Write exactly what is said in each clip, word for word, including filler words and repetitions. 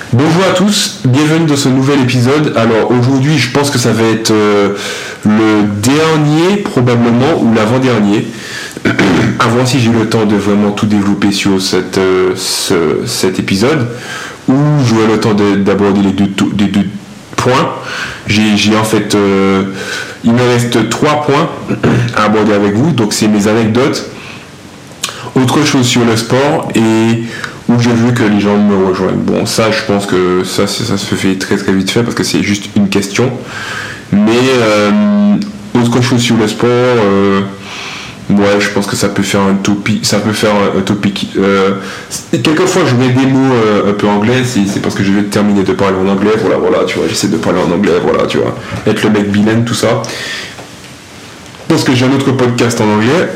Bonjour à tous, bienvenue dans ce nouvel épisode. Alors aujourd'hui, je pense que ça va être euh, le dernier probablement ou l'avant-dernier. Avant, si j'ai eu le temps de vraiment tout développer sur cette, euh, ce, cet épisode, où j'aurai le temps de, d'aborder les deux, les deux points. J'ai, j'ai en fait, euh, il me reste trois points à aborder avec vous. Donc c'est mes anecdotes, autre chose sur le sport et où je veux que les gens me rejoignent. Bon, ça, je pense que ça, ça se fait très très vite fait parce que c'est juste une question. Mais euh, autre chose sur le sport, euh, ouais, je pense que ça peut faire un topic. Ça peut faire un, un topic. Euh, quelquefois, je mets des mots euh, un peu anglais. C'est, c'est parce que je vais terminer de parler en anglais. Voilà, voilà, tu vois. J'essaie de parler en anglais. Voilà, tu vois. Être le mec bilingue, tout ça. Parce que j'ai un autre podcast en anglais.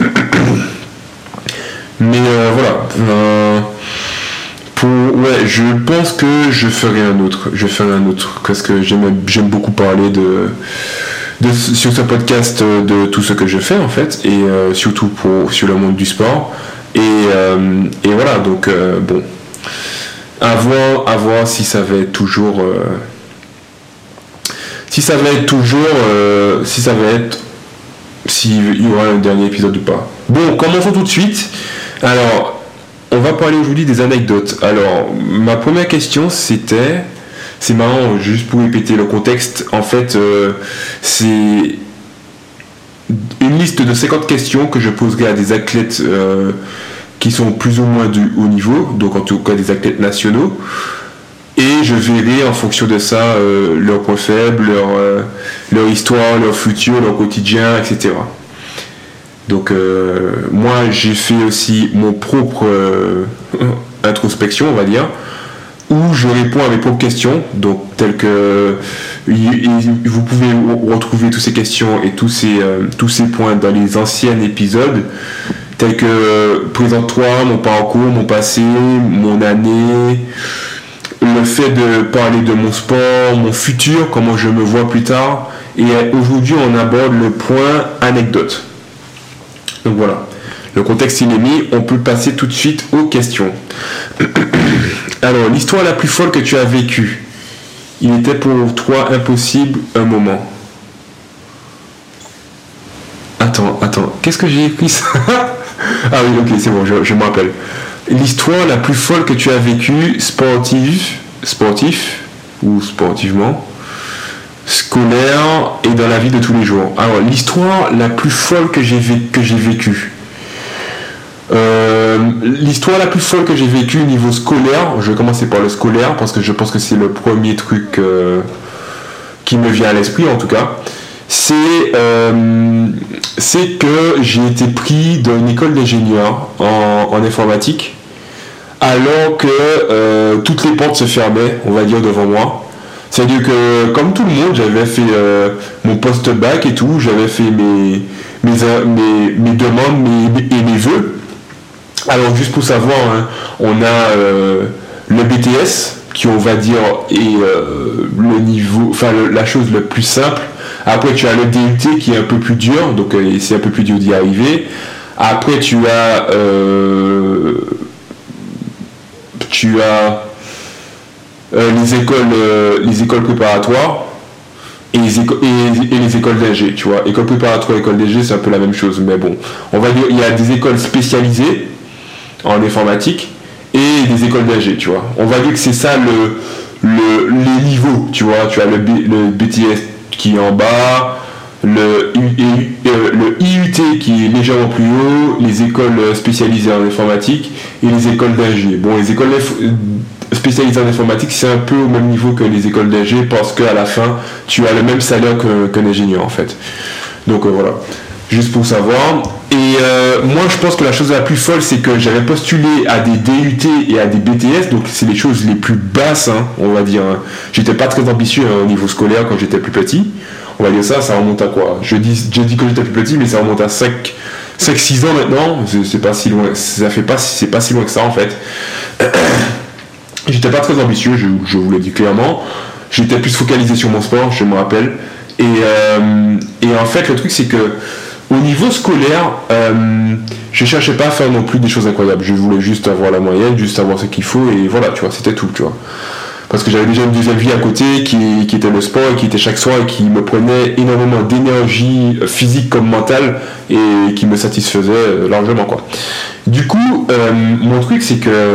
Mais euh, voilà. Euh, Pour, ouais, je pense que je ferai un autre. Je ferai un autre parce que j'aime, j'aime beaucoup parler de, de sur ce podcast de tout ce que je fais en fait et euh, surtout pour sur le monde du sport et euh, et voilà donc euh, bon à voir à voir si ça va être toujours euh, si ça va être toujours euh, si ça va être s'il y aura un dernier épisode ou pas. Bon, commençons tout de suite. Alors. On va parler aujourd'hui des anecdotes. Alors, ma première question, c'était... C'est marrant, juste pour répéter le contexte. En fait, euh, c'est une liste de cinquante questions que je poserai à des athlètes euh, qui sont plus ou moins du haut niveau, donc en tout cas des athlètes nationaux. Et je verrai en fonction de ça euh, leurs points faibles, leur, euh, leur histoire, leur futur, leur quotidien, et cetera. Donc euh, moi j'ai fait aussi mon propre euh, introspection on va dire où je réponds à mes propres questions donc telles que vous pouvez retrouver toutes ces questions et tous ces, euh, tous ces points dans les anciens épisodes tels que euh, présente-toi, mon parcours, mon passé, mon année, le fait de parler de mon sport, mon futur, comment je me vois plus tard et aujourd'hui on aborde le point anecdote. Donc voilà, le contexte il est mis, on peut passer tout de suite aux questions. Alors, l'histoire la plus folle que tu as vécue, il était pour toi impossible un moment. Attends, attends, qu'est-ce que j'ai écrit ça? Ah oui, ok, c'est bon, je, je me rappelle. L'histoire la plus folle que tu as vécue, sportive, sportif ou sportivement, scolaire et dans la vie de tous les jours. Alors l'histoire la plus folle que j'ai, vé- que j'ai vécue. Euh, l'histoire la plus folle que j'ai vécue au niveau scolaire, je vais commencer par le scolaire parce que je pense que c'est le premier truc euh, qui me vient à l'esprit en tout cas. C'est, euh, c'est que j'ai été pris dans une école d'ingénieur en, en informatique alors que euh, toutes les portes se fermaient, on va dire, devant moi. C'est-à-dire que, comme tout le monde, j'avais fait euh, mon post-bac et tout, j'avais fait mes, mes, mes, mes demandes mes, et mes vœux. Alors, juste pour savoir, hein, on a euh, le B T S, qui on va dire est euh, le niveau, enfin le, la chose la plus simple. Après, tu as le D U T qui est un peu plus dur, donc euh, c'est un peu plus dur d'y arriver. Après, tu as... Euh, tu as... Euh, les écoles euh, les écoles préparatoires et les, éco- et, et les écoles d'ingé, tu vois. École préparatoire, école d'ingé, c'est un peu la même chose, mais bon. On va dire il y a des écoles spécialisées en informatique et des écoles d'ingé, tu vois. On va dire que c'est ça le, le les niveaux, tu vois. Tu as le, B, le B T S qui est en bas, le, U, euh, le I U T qui est légèrement plus haut, les écoles spécialisées en informatique et les écoles d'ingé. Bon, les écoles spécialisées en informatique, c'est un peu au même niveau que les écoles d'ingé parce qu'à la fin, tu as le même salaire que, qu'un ingénieur en fait. Donc euh, voilà, juste pour savoir. Et euh, moi, je pense que la chose la plus folle, c'est que j'avais postulé à des D U T et à des B T S, donc c'est les choses les plus basses, hein, on va dire. Hein. J'étais pas très ambitieux hein, au niveau scolaire quand j'étais plus petit. On va dire ça, ça remonte à quoi? Je dis, je dis que j'étais plus petit, mais ça remonte à cinq six ans maintenant. C'est, c'est pas si loin, ça fait pas, c'est pas si loin que ça en fait. J'étais pas très ambitieux, je, je vous le dis clairement. J'étais plus focalisé sur mon sport, je me rappelle. Et, euh, et en fait, le truc, c'est que au niveau scolaire, euh, je cherchais pas à faire non plus des choses incroyables. Je voulais juste avoir la moyenne, juste savoir ce qu'il faut, et voilà, tu vois, c'était tout, tu vois. parce que j'avais déjà une deuxième vie à côté qui, qui était le sport et qui était chaque soir et qui me prenait énormément d'énergie physique comme mentale et qui me satisfaisait largement quoi. Du coup, euh, mon truc c'est que euh,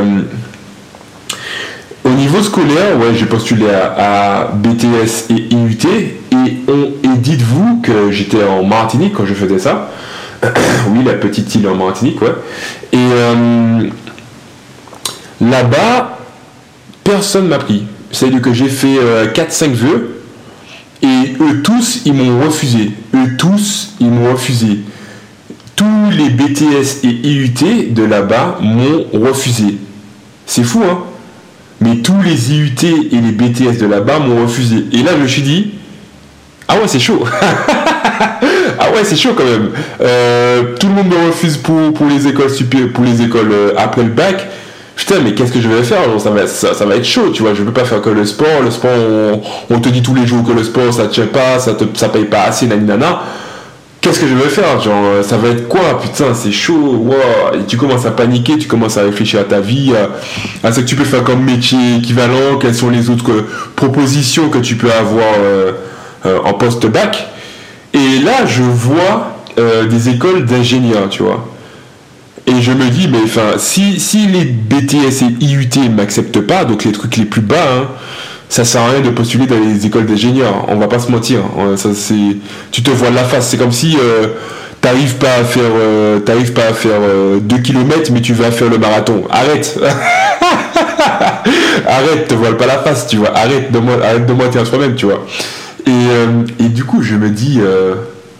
au niveau scolaire, ouais, j'ai postulé à, à B T S et I U T et, on, et dites-vous que j'étais en Martinique quand je faisais ça. Oui, la petite île en Martinique, ouais. Et euh, là-bas, personne m'a pris. C'est-à-dire que j'ai fait euh, quatre cinq vœux et eux tous, ils m'ont refusé. Eux tous, ils m'ont refusé. Tous les B T S et I U T de là-bas m'ont refusé. C'est fou, hein? Mais tous les I U T et les B T S de là-bas m'ont refusé. Et là, je me suis dit, ah ouais, c'est chaud. Ah ouais, c'est chaud quand même. Euh, tout le monde me refuse pour, pour les écoles supérieures, pour les écoles euh, après le bac. Putain, mais qu'est-ce que je vais faire? Genre, ça, va, ça, ça va être chaud, tu vois. Je peux pas faire que le sport. Le sport, on, on te dit tous les jours que le sport, ça tient pas, ça, te, ça paye pas assez, naninana. Qu'est-ce que je vais faire? Genre, ça va être quoi? Putain, c'est chaud. Wow. Et tu commences à paniquer, tu commences à réfléchir à ta vie, à, à ce que tu peux faire comme métier équivalent, quelles sont les autres que, propositions que tu peux avoir euh, euh, en post-bac. Et là, je vois euh, des écoles d'ingénieurs, tu vois. Et je me dis, mais enfin, si, si les B T S et I U T ne m'acceptent pas, donc les trucs les plus bas, hein, ça sert à rien de postuler dans les écoles d'ingénieurs. On va pas se mentir. Hein. Ça, c'est, tu te vois la face. C'est comme si euh, t'arrives pas à faire, euh, t'arrives pas à faire euh, deux kilomètres, mais tu vas faire le marathon. Arrête. Arrête, te voile pas la face, tu vois. Arrête de, arrête de mentir à soi-même, tu vois. Et, euh, et du coup, je me dis, euh,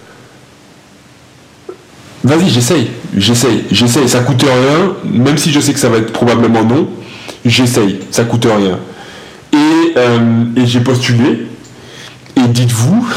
vas-y, j'essaye, j'essaye, j'essaye. Ça coûte rien, même si je sais que ça va être probablement non. J'essaye, ça coûte rien. Et, euh, et j'ai postulé. Et dites-vous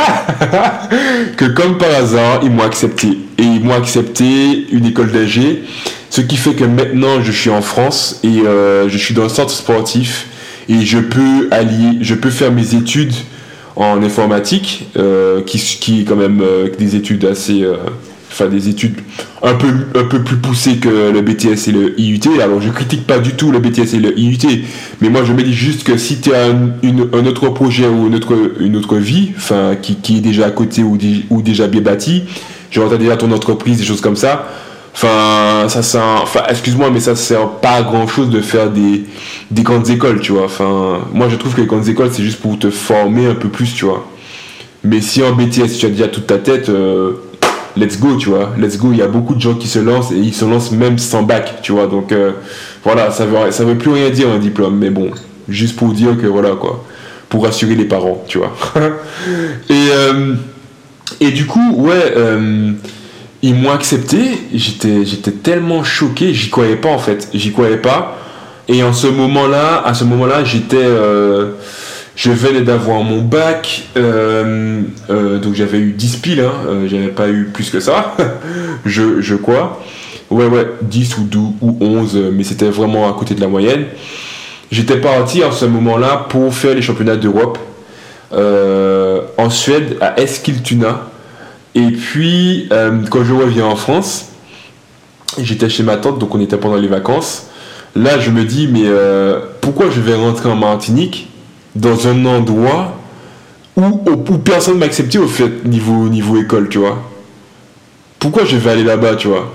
que comme par hasard, ils m'ont accepté. Et ils m'ont accepté une école d'ingé. Ce qui fait que maintenant, je suis en France et euh, je suis dans un centre sportif. Et je peux allier, je peux faire mes études en informatique, euh, qui, qui est quand même euh, des études assez... Euh, enfin des études un peu, un peu plus poussées que le B T S et le I U T. Alors je critique pas du tout le B T S et le I U T, mais moi je me dis juste que si tu as un, une, un autre projet ou une autre, une autre vie, enfin qui, qui est déjà à côté ou, di, ou déjà bien bâti, genre t'as déjà ton entreprise, des choses comme ça, enfin ça sert, enfin excuse-moi mais ça sert pas à grand chose de faire des, des grandes écoles, tu vois. Enfin moi je trouve que les grandes écoles c'est juste pour te former un peu plus, tu vois. Mais si en B T S tu as déjà toute ta tête, euh, let's go, tu vois, let's go. Il y a beaucoup de gens qui se lancent et ils se lancent même sans bac, tu vois. Donc euh, voilà, ça veut, ça veut plus rien dire un diplôme, mais bon, juste pour dire que voilà quoi, pour rassurer les parents, tu vois. et euh, et du coup, ouais, euh, ils m'ont accepté. J'étais j'étais tellement choqué, j'y croyais pas en fait, j'y croyais pas. Et en ce moment-là, à ce moment-là, j'étais euh, je venais d'avoir mon bac, euh, euh, donc j'avais eu dix piles, hein, euh, j'avais pas eu plus que ça, je, je crois. Ouais, ouais, dix ou douze ou onze, mais c'était vraiment à côté de la moyenne. J'étais parti à ce moment-là pour faire les championnats d'Europe euh, en Suède, à Eskilstuna. Et puis, euh, quand je reviens en France, j'étais chez ma tante, donc on était pendant les vacances. Là, je me dis, mais euh, pourquoi je vais rentrer en Martinique dans un endroit où, où personne ne m'a accepté au fait niveau, niveau école, tu vois. Pourquoi je vais aller là-bas, tu vois.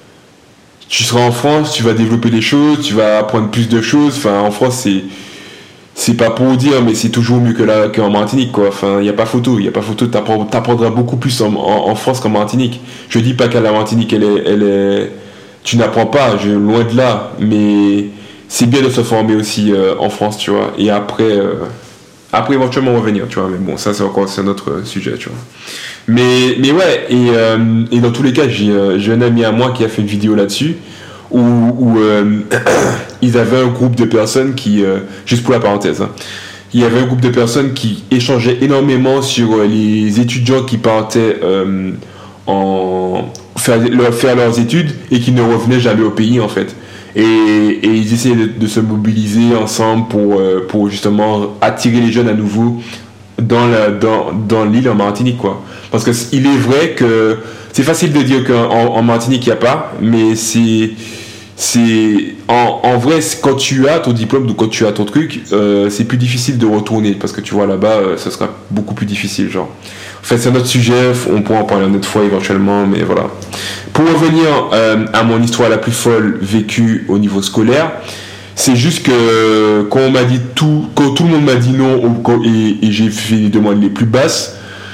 Tu seras en France, tu vas développer des choses, tu vas apprendre plus de choses. Enfin, en France, c'est c'est pas pour dire, mais c'est toujours mieux que là, qu'en Martinique, quoi. Enfin, il n'y a pas photo, il n'y a pas photo. T'apprendras beaucoup plus en, en, en France qu'en Martinique. Je dis pas qu'à la Martinique, elle est, elle est, tu n'apprends pas, je, loin de là, mais c'est bien de se former aussi euh, en France, tu vois. Et après, euh, après éventuellement revenir, tu vois. Mais bon, ça c'est encore c'est un autre sujet, tu vois. Mais, mais ouais, et, euh, et dans tous les cas, j'ai, euh, j'ai un ami à moi qui a fait une vidéo là-dessus où, où euh, ils avaient un groupe de personnes qui, euh, juste pour la parenthèse, hein, il y avait un groupe de personnes qui échangeaient énormément sur les étudiants qui partaient euh, en faire, leur, faire leurs études et qui ne revenaient jamais au pays en fait. Et, et ils essayaient de, de se mobiliser ensemble pour, euh, pour justement attirer les jeunes à nouveau dans, la, dans, dans l'île en Martinique, quoi. Parce qu'il est vrai que c'est facile de dire qu'en en Martinique il n'y a pas, mais c'est, c'est en, en vrai, c'est quand tu as ton diplôme, donc quand tu as ton truc, euh, c'est plus difficile de retourner parce que tu vois là-bas, euh, ça sera beaucoup plus difficile, genre. En fait, c'est un autre sujet, on pourra en parler une autre fois éventuellement, mais voilà. Pour revenir euh, à mon histoire la plus folle vécue au niveau scolaire, c'est juste que quand on m'a dit tout, quand tout le monde m'a dit non et, et j'ai fait les demandes les plus basses,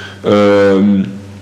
euh,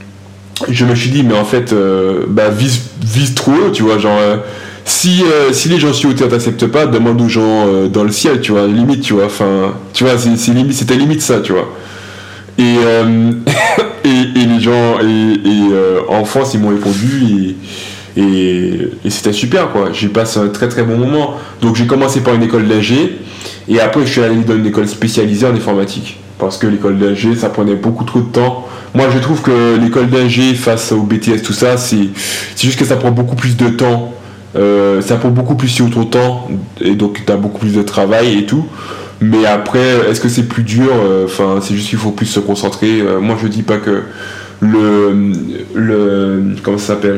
je me suis dit mais en fait, euh, bah vise, vise trop haut, tu vois, genre. Euh, Si, euh, si les gens sur Terre t'acceptent pas, demande aux gens euh, dans le ciel, tu vois, limite, tu vois, enfin, tu vois, c'est, c'est limite, c'était limite ça, tu vois. Et, euh, et, et les gens, et, et euh, en France, ils m'ont répondu, et, et, et c'était super, quoi. J'ai passé un très très bon moment. Donc j'ai commencé par une école d'ingé, et après je suis allé dans une école spécialisée en informatique. Parce que l'école d'ingé, ça prenait beaucoup trop de temps. Moi, je trouve que l'école d'ingé face au B T S, tout ça, c'est, c'est juste que ça prend beaucoup plus de temps. Euh, ça prend beaucoup plus sur ton temps et donc tu as beaucoup plus de travail et tout, mais après est-ce que c'est plus dur, enfin euh, c'est juste qu'il faut plus se concentrer. Euh, moi je dis pas que le le comment ça s'appelle,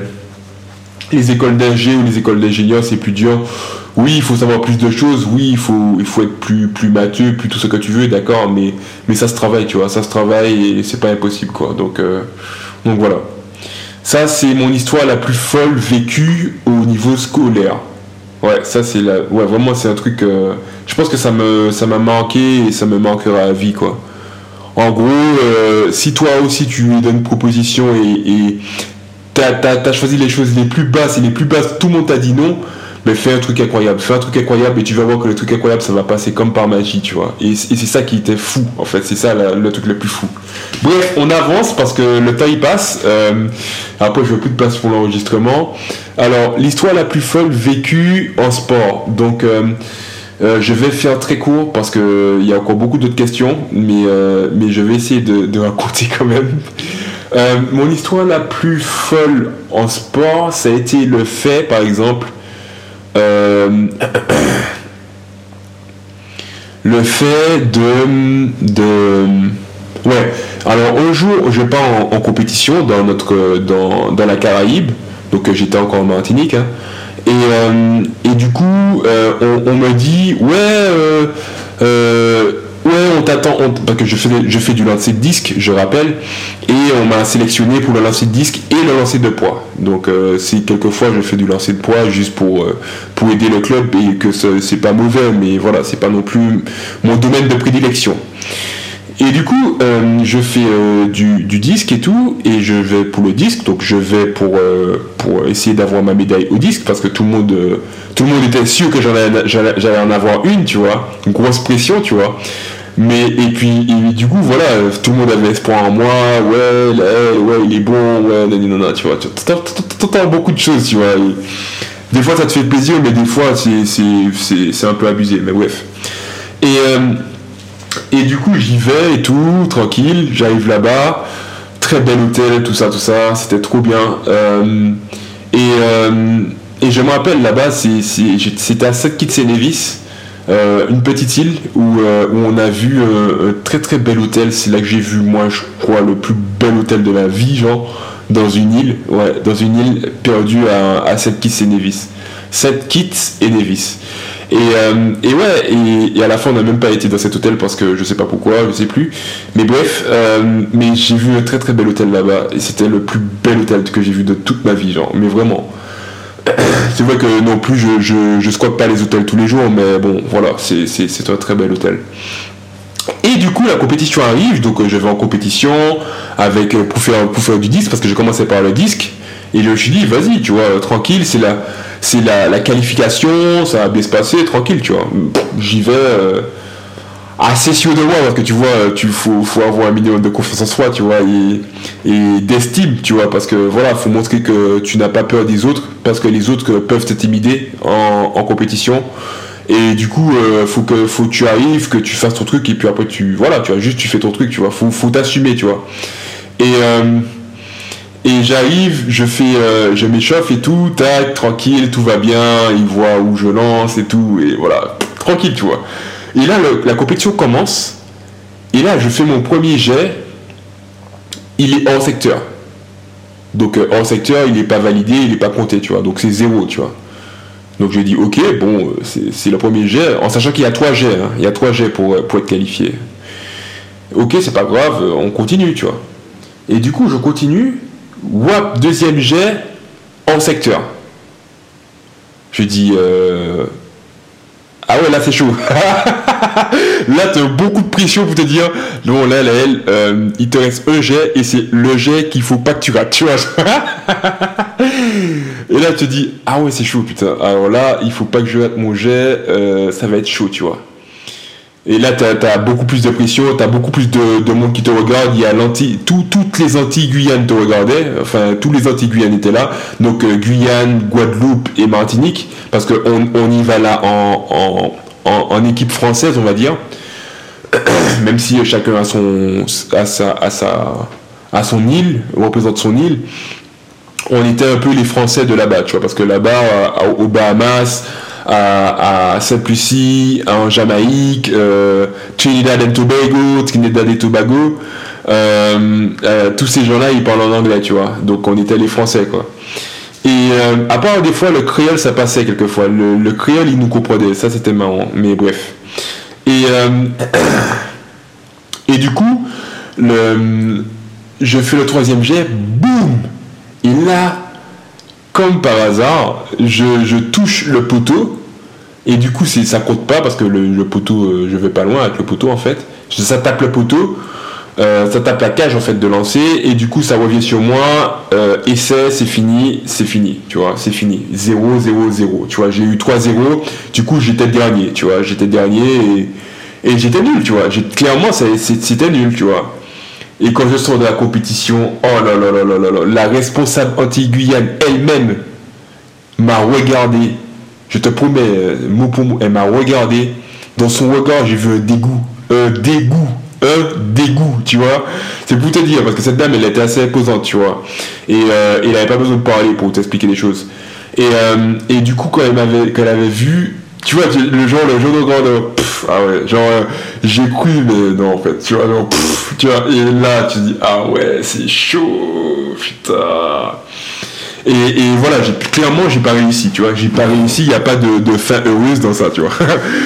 les écoles d'ingé ou les écoles d'ingénieurs c'est plus dur. Oui, il faut savoir plus de choses, oui, il faut il faut être plus plus matheux, plus tout ce que tu veux, d'accord, mais mais ça se travaille, tu vois, ça se travaille et c'est pas impossible, quoi. Donc euh, donc voilà. Ça, c'est mon histoire la plus folle vécue au niveau scolaire. Ouais, ça, c'est la... ouais, vraiment, c'est un truc... Euh... Je pense que ça me, ça m'a marqué et ça me marquera à vie, quoi. En gros, euh, si toi aussi, tu lui donnes une proposition et, et t'as, t'as, t'as choisi les choses les plus basses et les plus basses, tout le monde t'a dit non, mais fais un truc incroyable. Fais un truc incroyable et tu vas voir que le truc incroyable, ça va passer comme par magie, tu vois. Et, et c'est ça qui était fou, en fait. C'est ça la, le truc le plus fou. Bref, on avance parce que le temps, il passe. Euh, après, je veux plus de place pour l'enregistrement. Alors, l'histoire la plus folle vécue en sport. Donc, euh, euh, je vais faire très court parce qu'il euh, y a encore beaucoup d'autres questions, mais, euh, mais je vais essayer de, de raconter quand même. Euh, mon histoire la plus folle en sport, ça a été le fait, par exemple, Euh, le fait de, de ouais, alors un jour je pars en, en compétition dans notre dans, dans la Caraïbe, donc j'étais encore en Martinique, hein, et, euh, et du coup euh, on, on me dit ouais euh, euh, ouais on t'attend on, parce que je fais, je fais du lancer de disque, je rappelle, et on m'a sélectionné pour le lancer de disque et le lancer de poids. Donc euh, c'est quelquefois je fais du lancer de poids juste pour euh, pour aider le club et que c'est, c'est pas mauvais, mais voilà, c'est pas non plus mon domaine de prédilection. Et du coup euh, je fais euh, du, du disque et tout, et je vais pour le disque, donc je vais pour euh, pour essayer d'avoir ma médaille au disque parce que tout le monde euh, tout le monde était sûr que j'allais, j'allais, j'allais en avoir une, tu vois, une grosse pression, tu vois. Mais et puis et du coup voilà, tout le monde avait espoir en moi, ouais là, ouais il est bon, ouais nanana, tu vois, t'entends beaucoup de choses, tu vois. Et des fois ça te fait plaisir, mais des fois c'est c'est c'est, c'est un peu abusé, mais bref. Et euh, et du coup j'y vais et tout tranquille, j'arrive là-bas, très bel hôtel, tout ça tout ça, c'était trop bien. Euh, et euh, et je me rappelle là-bas, c'est, c'est c'était à Saint Kitts et Nevis. Euh, une petite île où, euh, où on a vu euh, un très très bel hôtel. C'est là que j'ai vu, moi je crois, le plus bel hôtel de ma vie, genre dans une île, ouais, dans une île perdue à, à Saint Kitts et Nevis. Saint Kitts et Nevis. Et, euh, et ouais, et, et à la fin on n'a même pas été dans cet hôtel parce que je sais pas pourquoi, je sais plus. Mais bref, euh, mais j'ai vu un très très bel hôtel là-bas et c'était le plus bel hôtel que j'ai vu de toute ma vie, genre, mais vraiment. C'est vrai que non plus je, je, je squatte pas les hôtels tous les jours, mais bon voilà, c'est, c'est, c'est un très bel hôtel. Et du coup la compétition arrive, donc euh, je vais en compétition avec, euh, pour, faire, pour faire du disque, parce que j'ai commencé par le disque, et je me suis dit vas-y, tu vois, euh, tranquille, c'est la, c'est la, la qualification, ça va bien se passer, tranquille, tu vois. J'y vais euh, assez sûr de moi, parce que tu vois, tu faut, faut avoir un minimum de confiance en soi, tu vois, et, et d'estime, tu vois, parce que voilà, faut montrer que tu n'as pas peur des autres, parce que les autres peuvent t'intimider en, en compétition. Et du coup, euh, faut que faut que tu arrives, que tu fasses ton truc, et puis après tu voilà, tu vois, juste tu fais ton truc, tu vois, faut faut t'assumer, tu vois. Et euh, et j'arrive, je fais, euh, je m'échauffe et tout, tac, tranquille, tout va bien, il voit où je lance et tout, et voilà, tranquille, tu vois. Et là, le, la compétition commence. Et là, je fais mon premier jet. Il est hors secteur. Donc, euh, hors secteur, il n'est pas validé, il n'est pas compté, tu vois. Donc, c'est zéro, tu vois. Donc j'ai dit ok, bon, c'est, c'est le premier jet, en sachant qu'il y a trois jets, hein, il y a trois jets pour, pour être qualifié. Ok, c'est pas grave, on continue, tu vois. Et du coup, je continue, wap, deuxième jet, en secteur. Je dis, euh... ah ouais, là c'est chaud. Là, tu as beaucoup de pression pour te dire, non, là, là, elle, euh, il te reste un jet et c'est le jet qu'il faut pas que tu rates, tu vois. Et là, tu te dis, ah ouais, c'est chaud, putain. Alors là, il faut pas que je rate mon jet, euh, ça va être chaud, tu vois. Et là, tu as beaucoup plus de pression, tu as beaucoup plus de, de monde qui te regarde. Il y a l'anti, tout, toutes les Antilles-Guyane te regardaient, enfin, tous les Antilles-Guyane étaient là. Donc, euh, Guyane, Guadeloupe et Martinique, parce qu'on on y va là en, en, en, en équipe française, on va dire. Même si chacun a, son, a, sa, a, sa, a son île, représente son île. On était un peu les Français de là-bas, tu vois, parce que là-bas, aux Bahamas, à, à Sainte-Lucie, en Jamaïque, euh, Trinidad and Tobago, Trinidad et Tobago, euh, euh, tous ces gens-là, ils parlent en anglais, tu vois. Donc on était les Français, quoi. Et euh, à part des fois, le créole, ça passait quelquefois. Le, le créole, il nous comprenait. Ça, c'était marrant. Mais bref. Et, euh, et du coup, le, je fais le troisième jet, boum! Et là, comme par hasard, je, je touche le poteau. Et du coup, c'est, ça compte pas parce que le, le poteau, euh, je vais pas loin avec le poteau en fait. Ça tape le poteau, euh, ça tape la cage en fait de lancer. Et du coup, ça revient sur moi. Euh, essai, c'est fini, c'est fini. Tu vois, c'est fini. zéro, zéro, zéro. Tu vois, j'ai eu trois zéro. Du coup, j'étais dernier. Tu vois, j'étais dernier et, et j'étais nul. Tu vois, j'ai, clairement, c'est, c'est, c'était nul. Tu vois. Et quand je sors de la compétition, oh là là là là là là, la responsable Antilles-Guyane elle-même m'a regardé. Je te promets, mot pour mot, elle m'a regardé. Dans son regard, j'ai vu un dégoût. Un dégoût. Un dégoût, tu vois. C'est pour te dire, parce que cette dame, elle était assez imposante, tu vois. Et euh, elle n'avait pas besoin de parler pour t'expliquer les choses. Et, euh, et du coup, quand elle m'avait, quand elle avait vu, tu vois, le genre, le genre de regard de, pff, ah ouais, genre, euh, j'ai cru, mais non, en fait, tu vois, genre, pff, tu vois. Et là, tu dis, ah ouais, c'est chaud, putain. Et, et voilà, j'ai, clairement, j'ai pas réussi, tu vois. J'ai pas réussi, il n'y a pas de, de fin heureuse dans ça, tu vois.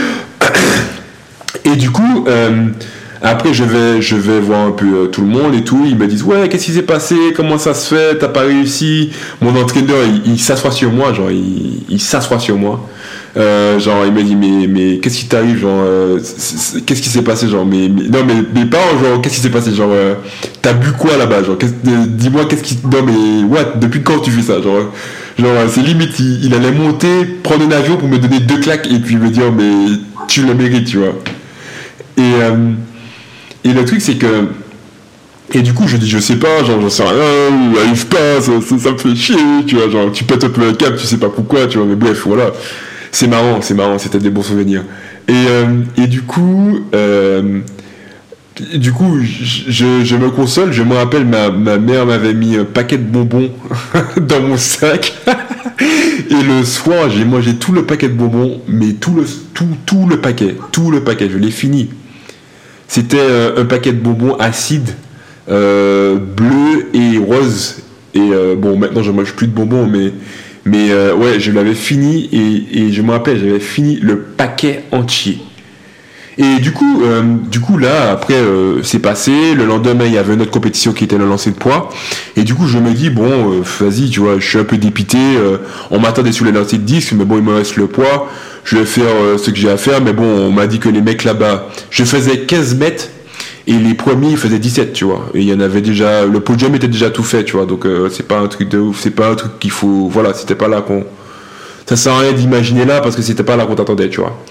Et du coup, euh, après, je vais, je vais voir un peu euh, tout le monde et tout. Ils me disent, ouais, qu'est-ce qui s'est passé? Comment ça se fait? T'as pas réussi? Mon entraîneur, il, il s'assoit sur moi, genre, il, il s'assoit sur moi. Euh, genre, il me dit, mais, mais qu'est-ce qui t'arrive? Genre, euh, c'est, c'est, qu'est-ce qui s'est passé? Genre, mais, mais non, mais, mais pas, genre, qu'est-ce qui s'est passé? Genre, euh, t'as bu quoi là-bas? Genre, dis-moi, qu'est-ce qui. Non, mais, what? Depuis quand tu fais ça? Genre, genre c'est limite, il, il allait monter, prendre un avion pour me donner deux claques et puis me dire, mais tu le mérites, tu vois. Et, euh, et le truc, c'est que. Et du coup, je dis, je sais pas, genre, j'en sais rien, j'arrive pas, ça, ça, ça me fait chier, tu vois, genre, tu pètes un peu un câble, tu sais pas pourquoi, tu vois, mais bref, voilà. C'est marrant, c'est marrant, c'était des bons souvenirs. Et, euh, et du coup, euh, du coup, je, je me console, je me rappelle, ma, ma mère m'avait mis un paquet de bonbons dans mon sac. Et le soir, j'ai mangé tout le paquet de bonbons, mais tout le, tout, tout le paquet, tout le paquet, je l'ai fini. C'était euh, un paquet de bonbons acides, euh, bleu et rose. Et euh, bon, maintenant, je mange plus de bonbons, mais... Mais euh, ouais, je l'avais fini et, et je me rappelle, j'avais fini le paquet entier. Et du coup, euh, du coup là, après, euh, c'est passé. Le lendemain, il y avait une autre compétition qui était le lancer de poids. Et du coup, je me dis, bon, euh, vas-y, tu vois, je suis un peu dépité. Euh, on m'attendait sur les lancers de disques, mais bon, il me reste le poids. Je vais faire euh, ce que j'ai à faire. Mais bon, on m'a dit que les mecs là-bas, je faisais quinze mètres. Et les premiers, ils faisaient dix-sept, tu vois. Et il y en avait déjà... Le podium était déjà tout fait, tu vois. Donc, euh, c'est pas un truc de ouf. C'est pas un truc qu'il faut... Voilà, c'était pas là qu'on... Ça sert à rien d'imaginer là, parce que c'était pas là qu'on t'attendait, tu vois.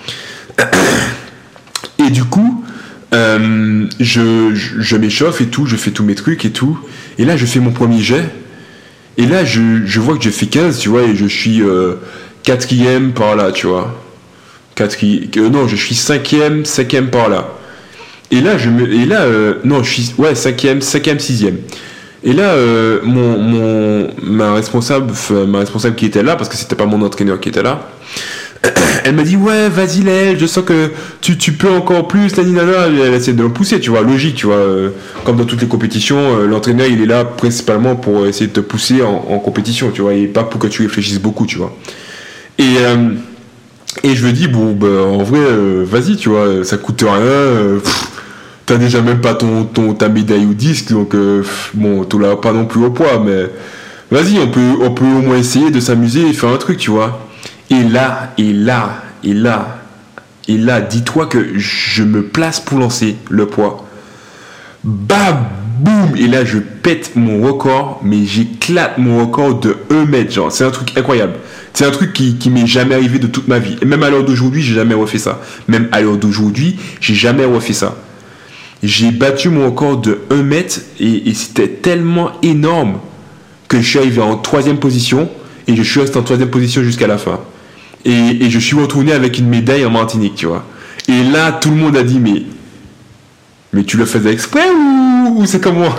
Et du coup, euh, je, je, je m'échauffe et tout. Je fais tous mes trucs et tout. Et là, je fais mon premier jet. Et là, je, je vois que je fais quinze, tu vois. Et je suis euh, quatrième par là, tu vois. Quatrième... Euh, non, je suis cinquième, cinquième par là. Et là, je me, et là, euh, non, je suis, ouais, cinquième, cinquième, sixième. Et là, euh, mon, mon, ma responsable, ma responsable qui était là, parce que c'était pas mon entraîneur qui était là, elle m'a dit, ouais, vas-y, Léel, je sens que tu, tu peux encore plus, la nana, elle essaie de me pousser, tu vois, logique, tu vois, euh, comme dans toutes les compétitions, euh, l'entraîneur, il est là principalement pour essayer de te pousser en, en compétition, tu vois, et pas pour que tu réfléchisses beaucoup, tu vois. Et, euh, et je me dis, bon, bah, en vrai, euh, vas-y, tu vois, ça coûte rien. Euh, pff, t'as déjà même pas ton, ton, ta médaille au disque, donc euh, pff, bon, tu l'as pas non plus au poids, mais vas-y, on peut, on peut au moins essayer de s'amuser et faire un truc, tu vois. Et là, et là, et là, et là, dis-toi que je me place pour lancer le poids. Bam, boum, et là je pète mon record, mais j'éclate mon record de un mètre, genre, c'est un truc incroyable. C'est un truc qui, qui m'est jamais arrivé de toute ma vie. Et même à l'heure d'aujourd'hui, j'ai jamais refait ça. Même à l'heure d'aujourd'hui, j'ai jamais refait ça. J'ai battu mon record de un mètre et, et c'était tellement énorme que je suis arrivé en troisième position et je suis resté en troisième position jusqu'à la fin. Et, et je suis retourné avec une médaille en Martinique, tu vois. Et là, tout le monde a dit, mais, mais tu le faisais exprès ou, ou c'est comment?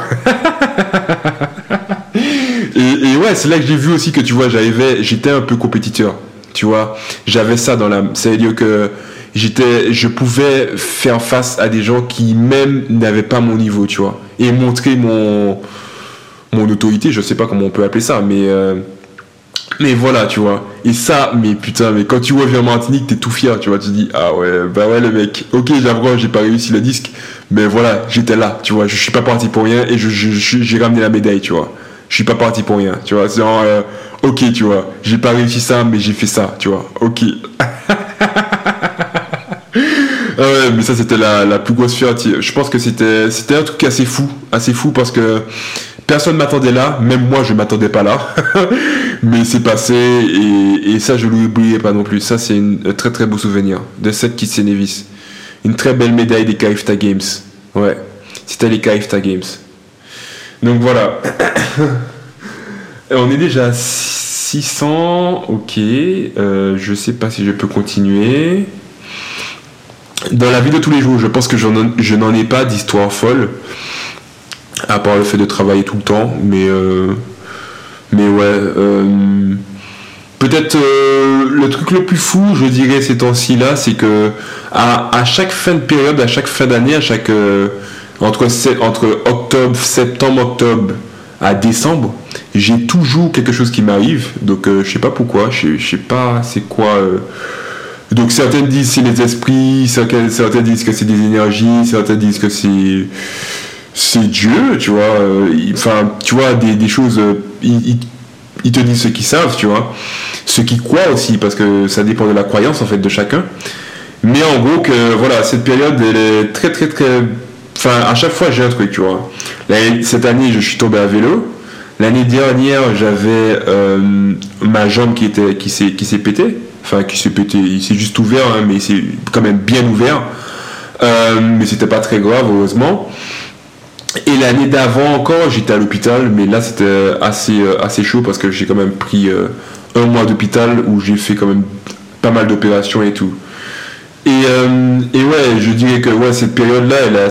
et, et ouais, c'est là que j'ai vu aussi que, tu vois, j'arrivais, j'étais un peu compétiteur, tu vois. J'avais ça dans l'âme. C'est-à-dire que j'étais, je pouvais faire face à des gens qui même n'avaient pas mon niveau, tu vois. Et montrer mon, mon autorité, je sais pas comment on peut appeler ça, mais... Euh, Mais voilà, tu vois. Et ça, mais putain, mais quand tu reviens en Martinique, t'es tout fier, tu vois. Tu te dis, ah ouais, bah ouais, le mec, ok, j'avoue, j'ai pas réussi le disque, mais voilà, j'étais là, tu vois. Je suis pas parti pour rien et je, je, je- j'ai ramené la médaille, tu vois. Je suis pas parti pour rien, tu vois. C'est genre, euh, ok, tu vois. J'ai pas réussi ça, mais j'ai fait ça, tu vois. Ok. Ah ouais, mais ça, c'était la, la plus grosse fierté. Je pense que c'était, c'était un truc assez fou, assez fou parce que personne m'attendait là, même moi je m'attendais pas là, mais c'est passé et, et ça je l'oublierai pas non plus. Ça c'est une- un très très beau souvenir de cette Kitse Nevis. Une très belle médaille des Carifta Games. Ouais, c'était les Carifta Games. Donc voilà. Et on est déjà à six cents, ok. Euh, je sais pas si je peux continuer. Dans la vie de tous les jours, je pense que j'en, je n'en ai pas d'histoire folle. À part le fait de travailler tout le temps, mais euh, mais ouais, euh, peut-être euh, le truc le plus fou, je dirais ces temps-ci là, c'est que à, à chaque fin de période, à chaque fin d'année, à chaque euh, entre sept- entre octobre, septembre, octobre à décembre, j'ai toujours quelque chose qui m'arrive. Donc euh, je sais pas pourquoi, je, je sais pas c'est quoi. euh. Donc certains disent c'est les esprits, certains, certains disent que c'est des énergies, certains disent que c'est c'est Dieu, tu vois. euh, il- Enfin, tu vois, des, des choses, euh, ils, ils- ils te disent ce qu'ils savent, tu vois. Ceux qui croient aussi, parce que ça dépend de la croyance, en fait, de chacun. Mais en gros, que, voilà, cette période, elle est très, très, très... Enfin, à chaque fois, j'ai un truc, tu vois. L'année- Cette année, je suis tombé à vélo. L'année dernière, j'avais euh, ma jambe qui, était, qui, s'est, qui s'est pétée. Enfin, qui s'est pété, il s'est juste ouvert, hein, mais c'est quand même bien ouvert. Euh, mais c'était pas très grave, heureusement. Et l'année d'avant encore, j'étais à l'hôpital, mais là c'était assez, euh, assez chaud parce que j'ai quand même pris euh, un mois d'hôpital où j'ai fait quand même pas mal d'opérations et tout. Et, euh, et ouais, je dirais que ouais, cette période-là, elle est